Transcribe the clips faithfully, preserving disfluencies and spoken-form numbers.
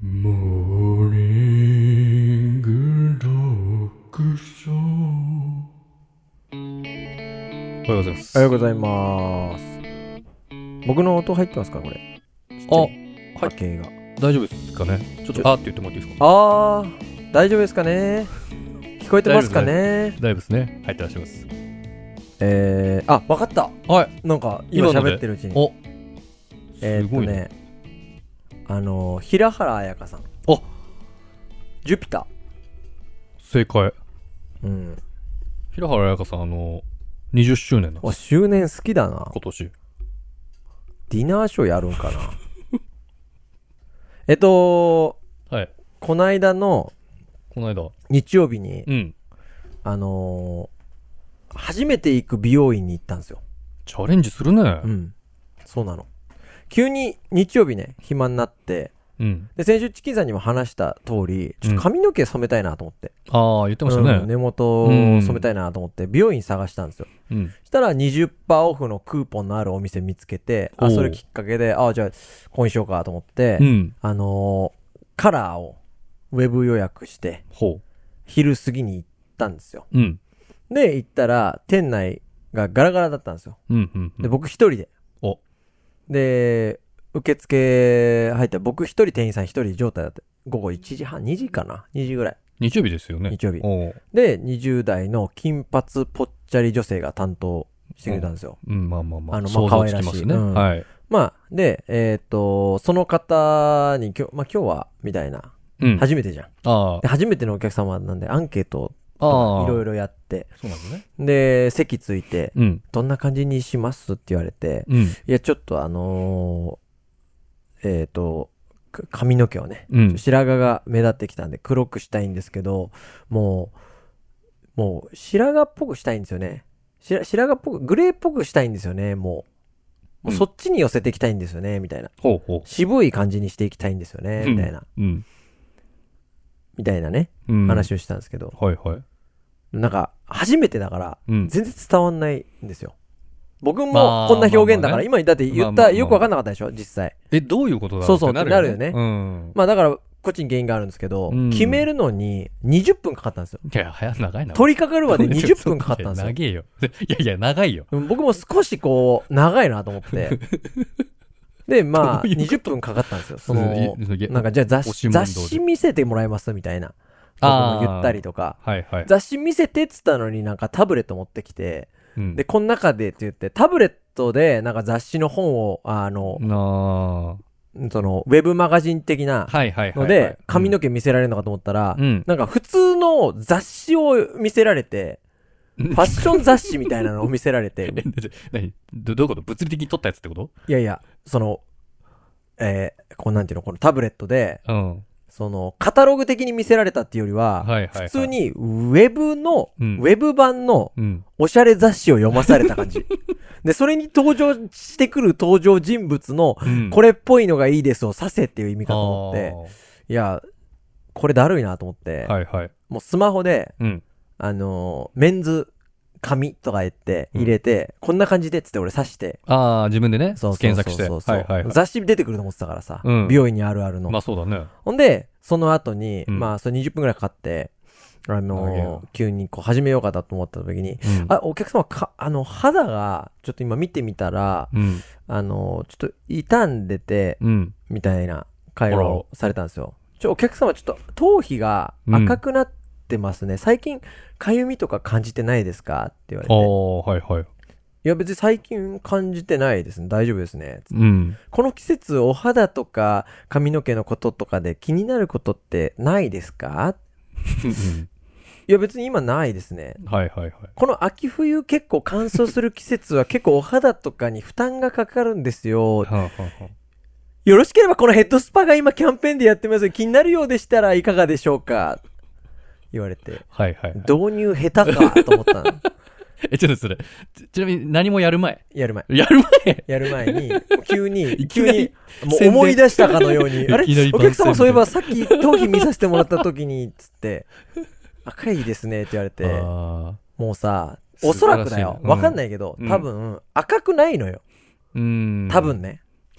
モーニング読書。おはようございます。 おはようございます。僕の音入ってますかこれ。 あ、はい。 波形が。 大丈夫ですかね。ちょっとあーって言ってもらっていいですか。 あー、大丈夫ですかね。聞こえてますかね。 大丈夫ですね。入ってらっしゃいます。 えー、あ、わかった。 はい。 なんか今喋ってるうちに。 お、 えー、っとね、あのー、平原綾香さん。 お、 ジュピタ正解。 ー。うん。 平原綾香さん、あのにじゅっしゅうねんなんお、 です。 周年好きだな。 今年。 ディナーショーやるんかな。えっと、 はい。 こないだのこの間。 日曜日に、 うん。 あのー、初めて行く美容院に行ったんですよ。 チャレンジするね。 うん。そうなの。急に日曜日ね、暇になって、 うん。 で、先週チキンさんにも話した通り、ちょっと髪の毛染めたいなと思って。 ああ、言ってましたね。 うん、根元を染めたいなと思って、美容院探したんですよ。 うん。 そしたら にじゅっパーセント オフのクーポンのあるお店見つけて、あ、それきっかけで、あ、じゃあ、こうにしようかと思って、 うん。 あのー、カラーをウェブ予約して、 ほ昼過ぎに行ったんですよ。 う。うん。 で、行ったら、店内がガラガラだったんですよ。 うん。うん。 で、僕一人で。 お。 で、受付入ったら僕一人店員さん一人状態だった。午後いちじはん、にじかな ?に 時ぐらい。 日曜日ですよね。 日曜日。 おで、にじゅう代の金髪ぽっちゃり女性が担当してくれたんですよ。 うん、まあまあまあ。 あの、まあ、 想像可愛らしい。 つきますね。 うん、 はい。 まあ、で、えっ、と、その方に今日、まあ今日は、みたいな。 うん。 初めてじゃん。 あで初めてのお客様なんで、アンケートあ。ああ。 いろいろやって。 そうなんですね。 で、席ついて、 うん。 どんな感じにしますって言われて、 うん。 いや、ちょっとあのー、えっ、と、髪の毛をね、 うん。 白髪が目立ってきたんで黒くしたいんですけど、もう、もう白髪っぽくしたいんですよね。白白髪っぽく、グレーっぽくしたいんですよね、もう。もうそっちに寄せていきたいんですよね、みたいな。 ほうほう。 渋い感じにしていきたいんですよね、みたいな。 うん。 みたいなね、 うん。 話をしたんですけど。 はいはい。 なんか、初めてだから、 うん。 全然伝わんないんですよ。僕まもあこんな表現だから、 まあまあね今だって言った、 まあまあまあよくわかんなかったでしょ、実際。 え、どういうことだろそうそうってなるよねうん。 まあだから、こっちに原因があるんですけど、 うん決めるのににじゅっぷんかかったんですよ。 いや、早長いな。 取り掛かるまでにじゅっぷんかかったんですよ。 長いよ。いやいや、長いよ。 うん僕も少しこう、長いなと思って。で、まあ、 どういうことにじゅっぷんかかったんですよ。そのうんいや、 なんかじゃあ雑誌、 押し問答で雑誌見せてもらえますみたいな。僕あーも言ったりとか。 はいはい。 雑誌見せてっつったのになんかタブレット持ってきて、 うん。 で、この中でって言って、タブレットでなんか雑誌の本を、あの、 なその、ウェブマガジン的なあ。はいはいはい。 ので、髪の毛見せられるのかと思ったら、 うん。 なんか普通の雑誌を見せられて、 フファッション雑誌みたいなのを見せられて、 え、何どどういうこと物理的に撮ったやつってこといやいや、その、えー、こうなんていうの、このタブレットで、 うん。 その、カタログ的に見せられたっていうよりは、 はいはいはい。 普通、にウェブの、 うんウェブ版のうん。 おしゃれ雑誌を読まされた感じ。で、それに登場してくる登場人物の、 うん。 これっぽいのがいいですをさせっていう意味かと思って、いや、これだるいなと思って、 はいはい。 もうスマホで、 うん。 あのーメンズ紙とか言って入れて、こんな感じでっつって俺刺して、 ああ、自分でね、 そうそう検索して。 そうそうそう、 はいはいはい。 雑誌出てくると思ってたからさ、 うん美容院にあるあるの。 まあそうだね。 ほんで、その後に、 うんまあ、それにじゅっぷんくらいかかって、あ長いのなー急にこう始めようかなと思った時に、 うん。 あ、お客様か、あの、肌が、ちょっと今見てみたら、 うん。 あのーちょっと傷んでて、 うん。 みたいな会話をされたんですよ。ちょ、お客様ちょっと頭皮が赤くなってますね。最近、かゆみとか感じてないですかって言われあて。 あ、はいはい。 いや別に最近感じてないですね。大丈夫ですね。 うん。 この季節お肌とか髪の毛のこととかで気になることってないですかいや別に今ないですね。 はいはいはい。 この秋冬結構乾燥する季節は結構お肌とかに負担がかかるんですよ。 はあはあはあよろしければこのヘッドスパが今キャンペーンでやってます。気になるようでしたらいかがでしょうか言われて。 はいはいはい。 導入下手かと思ったの。 え、ちょっとそれ、ちちなみに何もやる前。 やる前。 やる前やる前に、急に、 いきなり急に、もう宣伝思い出したかのように、あれいきなりお客様番宣そういえばさっき頭皮見させてもらった時に、つって、赤いですねって言われて、 あもうさ、 素おそ晴らしいらくだよ。 うんわかんないけど、 うん多分、赤くないのよ。 ーうーん。 多分ね。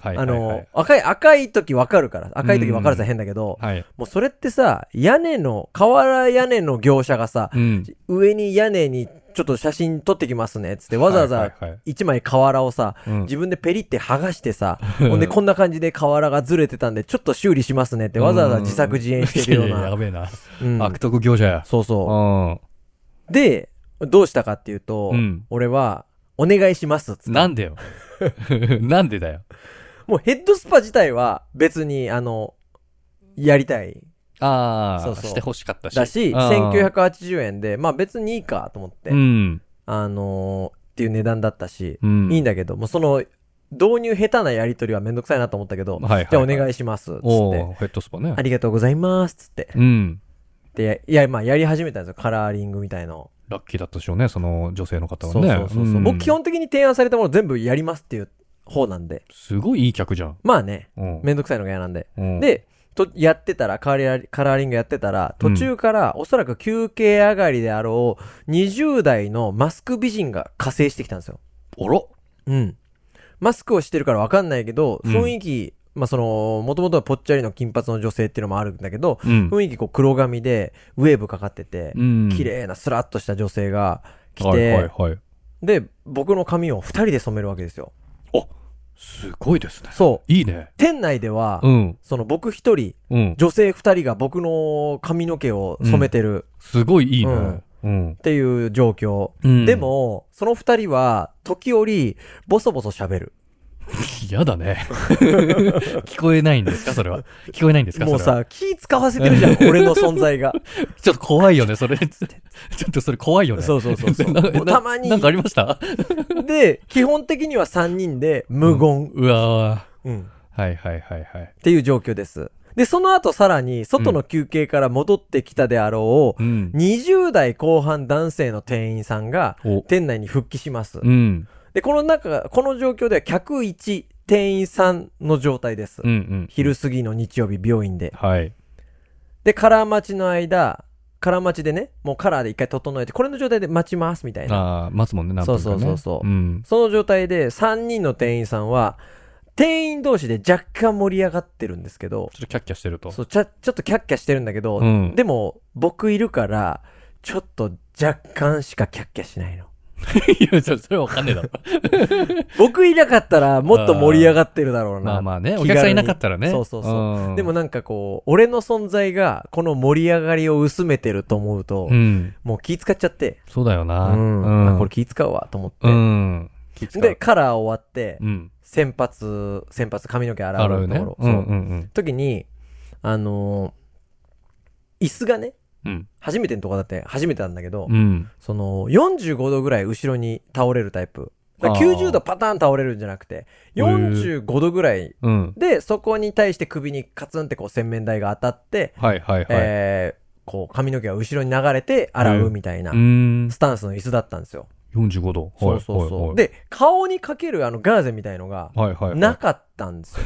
はいはいはい、 あの、赤い、赤い時わかるから。赤い時わかるさ変だけど、 はい。 もうそれってさ、屋根の、瓦屋根の業者がさ、 うん。 上に屋根にちょっと写真撮ってきますね、つってわざわざはいはいはい一枚瓦をさ、 うん自分でペリって剥がしてさ、ほんでこんな感じで瓦がずれてたんで、ちょっと修理しますねってわざわざ自作自演してるよういやいやな。 やべえな。 うん悪徳業者や。 そうそう。 うん。 で、どうしたかっていうと、 うん俺は、お願いしますっつった。 なんでよ。なんでだよ。 もうヘッドスパ自体は別に、あの、やりたい。 ああ、 そうそうしてほしかったし。 だし、 あーせんきゅうひゃくはちじゅうえんで、まあ別にいいかと思って、 うん。 あのーっていう値段だったし、 うん。 いいんだけど、もうその、導入下手なやり取りはめんどくさいなと思ったけど、 はいはいはいじゃあお願いします、つって。 おー、ヘッドスパね。 ありがとうございます、つって。 うん。 で、いや、まあやり始めたんですよ。カラーリングみたいの。 ラッキーだったでしょうね、その女性の方はそうね。 そうそうそう、 ん僕基本的に提案されたもの全部やりますっていう方なんで。 すごいいい客じゃん。 まあね、 うん。 めんどくさいのが嫌なんで。 うん、 で、と、やってたら、カラーカラーリングやってたら、途中から、おそらく休憩上がりであろう、にじゅう代のマスク美人が加勢してきたんですよ。 おろうん。マスクをしてるからわかんないけど、 うん雰囲気、まあ、その、もともとはぽっちゃりの金髪の女性っていうのもあるんだけど、 うん。 雰囲気こう黒髪で、ウェーブかかってて、 うん。 綺麗なスラッとした女性が来て、 はいはいはい。 で、僕の髪を二人で染めるわけですよ。 すごいですね。 そう。 いいね。 店内では、 うん。 その僕一人、 うん。 女性二人が僕の髪の毛を染めてるすごいいいね。 うんうん。 っていう状況。 うんで、も、その二人は、時折、ボソボソ喋る。 嫌だね。聞こえないんですかそれは。聞こえないんですかもうそれはさ、気使わせてるじゃん、俺の存在が。 ちょっと怖いよね、それ。ちょっとそれ怖いよね。 そうそうそうそうなもうたまにななんかありましたで、基本的には三人で無言。 うわうん。 ーはいはいはいはい。 っていう状況です。で、その後さらに、外の休憩から戻ってきたであろう、 うん。 にじゅう代後半男性の店員さんが、 お、 店内に復帰します。 うん。 で、この中、この状況では客いち、店員さんの状態です。 うんうん。 昼過ぎの日曜日、病院で。 はい。 で、カラー待ちの間、カラー待ちでね、もうカラーで一回整えて、これの状態で待ちます、みたいな。 ああ、待つもんね、何分かね。 そうそうそうそううん。 その状態でさんにんの店員さんは、店員同士で若干盛り上がってるんですけど、 ちょっとキャッキャしてると。 そう、ちゃ、ちょっとキャッキャしてるんだけど、 うんでも、僕いるから、ちょっと若干しかキャッキャしないの。 いや、それそれはわかんねえだろ。 僕いなかったら、もっと盛り上がってるだろうな。 まあまあね、 気軽にお客さんいなかったらね。 そうそうそう。 うんでもなんかこう、俺の存在が、この盛り上がりを薄めてると思うと、 うん。 もう気使っちゃって、 そうだよな。 うん。あこれ気使うわ、と思って。 うん。気使うで、、カラー終わって、 うん。 先発、先発髪の毛洗うところ。 洗うね。 そう。 うんうん時に、あのー椅子がね、 うん。 初めてのとこだって初めてなんだけど、 うん。 その、よんじゅうごどぐらい後ろに倒れるタイプ。だからあーきゅうじゅうどパターン倒れるんじゃなくて、よんじゅうごどぐらいうん。 で、そこに対して首にカツンってこう洗面台が当たって、 はいはいはい。 えー、こう髪の毛が後ろに流れて洗うみたいなうーん。 スタンスの椅子だったんですよ。 よんじゅうごど。 そうそうそう。 はいで、顔にかけるあのガーゼみたいのがはいはいはい。 なかったんですよ。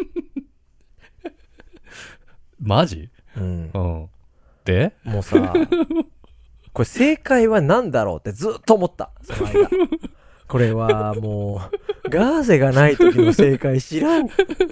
マジうん。 うん。でもうさ、これ正解は何だろうってずっと思った。その間。これはもう、ガーゼがない時の正解知らん。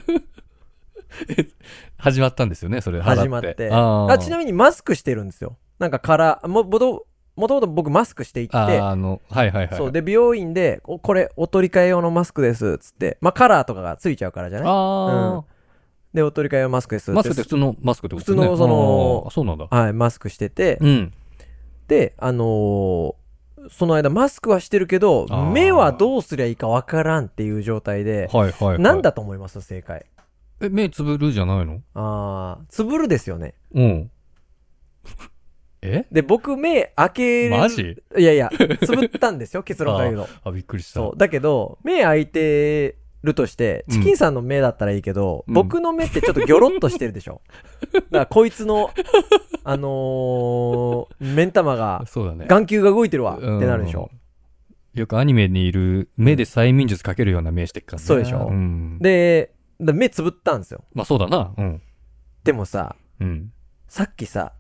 始まったんですよね、それ。 始まって。 あーあちなみにマスクしてるんですよ。なんかカラー、も、もともともと僕マスクしていって、 あーあの、はいはいはい。 そう。で、美容院で、おこれ、お取り替え用のマスクです、つって。まあ、カラーとかがついちゃうからじゃないあで、お取り替え用マスクですあ、マスクって普通のマスクってこと普通のそのあーそうなんだ。 はい、マスクしてて、 うん。 で、あのーその間マスクはしてるけどあー、 目はどうすりゃいいかわからんっていう状態で、 はいはいはい。 なんだと思います正解。 え、目つぶるじゃないのあー、つぶるですよね。 うん。えで、僕目開ける。 マジいやいや、つぶったんですよ、結論から言うと。 あ、びっくりした。 そう。だけど、目開いてるとして、チキンさんの目だったらいいけど、 うん僕の目ってちょっとギョロッとしてるでしょ。だからこいつの、あのー、目ん玉が、 そうだね。 眼球が動いてるわってなるでしょ。 よくアニメにいる目で催眠術かけるような目してっからね。 そうでしょうん。 で、だ目つぶったんですよ。 まあそうだな。うん。 でもさ、 うん。 さっきさ、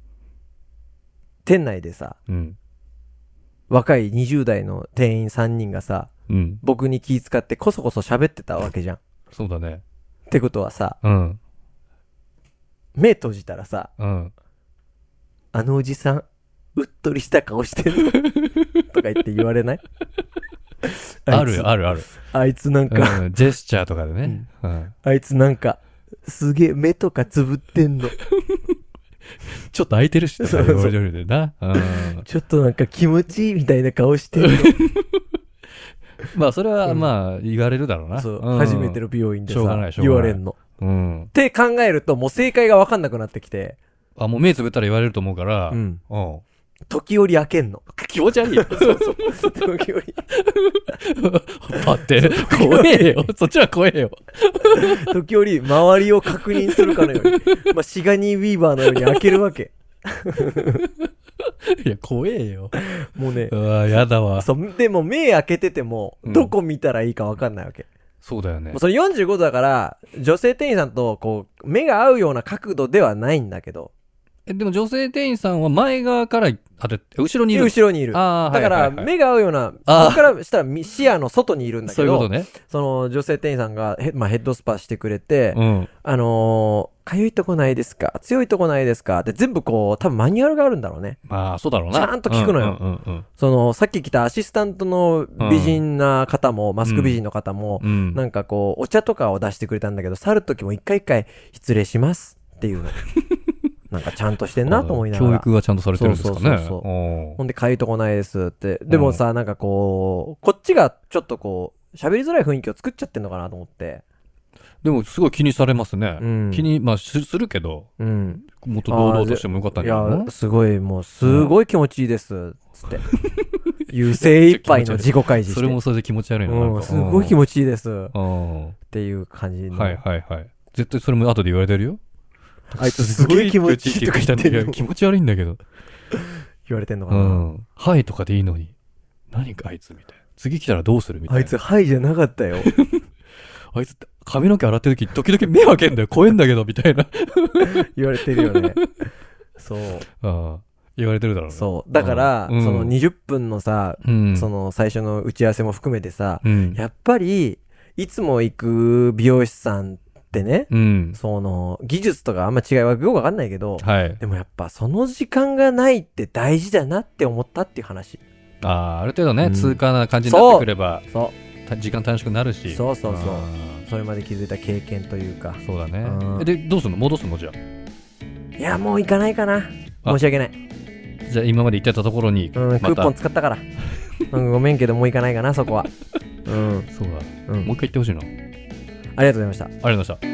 店内でさ、 うん。 若いにじゅう代の店員さんにんがさ、 うん。 僕に気遣ってこそこそ喋ってたわけじゃん。 そうだね。 ってことはさ、 うん。 目閉じたらさ、 うん。 あのおじさん、うっとりした顔してるとか言って言われない？ あるよ、あるある。 あいつなんか、 うん、ジェスチャーとかでね。うん。 あいつなんか、すげえ目とかつぶってんの。 ちょっと空いてるし、とかそうそう言われるでな。うん。 ちょっとなんか気持ちいいみたいな顔してるの。 まあ、それは、 うんまあ、言われるだろうな。 そう、 ん初めての美容院でさ、 しょうがないしょうがない言われんの。 うん。 って考えると、もう正解がわかんなくなってきて、 あ、もう目つぶったら言われると思うから。 う。ん。 うん。 時折開けんの。 気持ち悪いよ。 そうそう。時折、 パって。怖えよ。そっちは怖えよ。 時折、周りを確認するかのように、まあ、シガニー・ウィーバーのように開けるわけ。 いや、怖えよ。 もうねう、わ、やだわ。 そう、でも目開けてても、 うんどこ見たらいいかわかんないわけ。 そうだよねもう。それよんじゅうごどだから、女性店員さんと、こう、目が合うような角度ではないんだけど、 え、でも女性店員さんは前側から、あれ、後ろにいる。 後ろにいる。 ああ、 だから、 はいはいはい、 目が合うような、 あー僕からしたらみ視野の外にいるんだけど、 そういうことね。 その女性店員さんがヘ,、まあ、ヘッドスパしてくれて、 うん。 あのー、かゆいとこないですか、強いとこないですかって全部こう、多分マニュアルがあるんだろうね。 まあ、そうだろうな。 ちゃんと聞くのようんうんうんその、さっき来たアシスタントの美人な方も、マスク美人の方も、 うん。うん。 なんかこう、お茶とかを出してくれたんだけど、去るときも一回一回、失礼しますっていうの。なんかちゃんとしてんなと思いながら。 教育がちゃんとされてるんですかね。 そうそうそうそうおーほんで、かゆいとこないですって。でもさ、なんかこう、こっちがちょっとこう、喋りづらい雰囲気を作っちゃってんのかなと思って。 でも、すごい気にされますね。 うん気に、まあ、すするけど、 うん。 もっと堂々としてもよかったんいじゃないのや、すごい、もう、すごい気持ちいいです。つって。いう精一杯の自己開示して。 それもそれで気持ち悪いな。なんうん、 かすごい気持ちいいです。っうん。はていう感じの。 いはいはい。絶対それも後で言われてるよ。 あいつすごい気持ちいいとか言っていやる気持ち悪いんだけど。 言われてんのかうな。 ん。はいとかでいいのに。何かあいつみたいな。次来たらどうするみたいな。 あいつ、はいじゃなかったよ。 あいつって髪の毛洗ってる時時々目開けんだよ。怖えんだけど、みたいな。 言われてるよね。そう。 ああ言われてるだろうね。 そう。だから、 うんそのにじゅっぷんのさ、 うん。 その最初の打ち合わせも含めてさ、 うん。 やっぱり、いつも行く美容師さんってね、 うん。 その、技術とかあんま違いはよくわかんないけど、 はい。 でもやっぱその時間がないって大事だなって思ったっていう話。 ああ、ある程度ね、 うん通過な感じになってくれば、 そた時間短縮になるし。 そうそうそうあう。それまで気づいた経験というか。 ーそうだねうん。 えで、どうすんの戻すのじゃあ。 いや、もう行かないかな。 あ申し訳ない。 じゃあ今まで言ってたところに、 うん、クまたーポン使ったから。うん、ごめんけどもう行かないかな、そこは。うん。 そうだ。 うん。 もう一回言ってほしいな。ありありがとうございました。 がとうございました。